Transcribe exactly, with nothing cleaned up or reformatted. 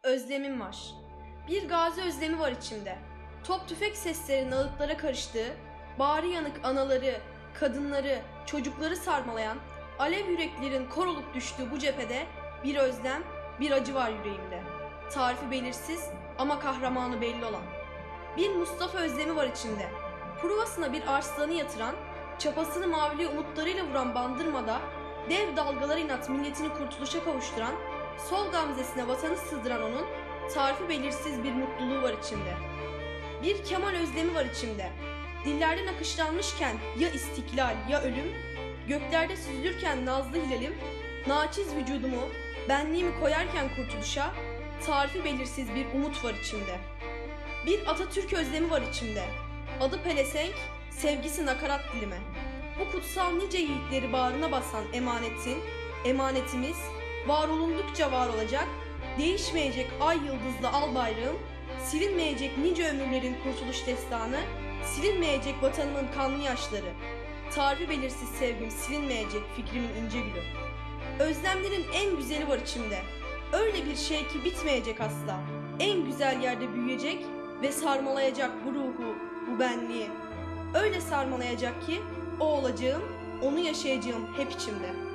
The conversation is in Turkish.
özlemim var. Bir gazi özlemi var içimde. Top tüfek seslerinin ağıtlara karıştığı, bağrı yanık anaları, kadınları, çocukları sarmalayan, alev yüreklerin kor olup düştüğü bu cephede bir özlem, bir acı var yüreğimde. Tarifi belirsiz ama kahramanı belli olan. Bir Mustafa özlemi var içimde. Pruvasına bir arslanı yatıran, çapasını maviliğe umutlarıyla vuran Bandırma'da, dev dalgalar inat milletini kurtuluşa kavuşturan, sol gamzesine vatanı sığdıran onun, tarifi belirsiz bir mutluluğu var içimde. Bir Kemal özlemi var içimde. Dillerden akışlanmışken ya istiklal ya ölüm, göklerde süzülürken nazlı hilalim, naçiz vücudumu, benliğimi koyarken kurtuluşa, tarifi belirsiz bir umut var içimde. Bir Atatürk özlemi var içimde. Adı pelesenk, sevgisi nakarat dilime. Bu kutsal nice yiğitleri bağrına basan emanetin, emanetimiz, var olundukça var olacak, değişmeyecek ay yıldızlı al bayrağım, silinmeyecek nice ömürlerin kurtuluş destanı, silinmeyecek vatanımın kanlı yaşları, tarifi belirsiz sevgim silinmeyecek fikrimin ince gülü. Özlemlerin en güzeli var içimde. Öyle bir şey ki bitmeyecek asla. En güzel yerde büyüyecek ve sarmalayacak bu ruhu, bu benliği. Öyle sarmalayacak ki o olacağım, onu yaşayacağım hep içimde.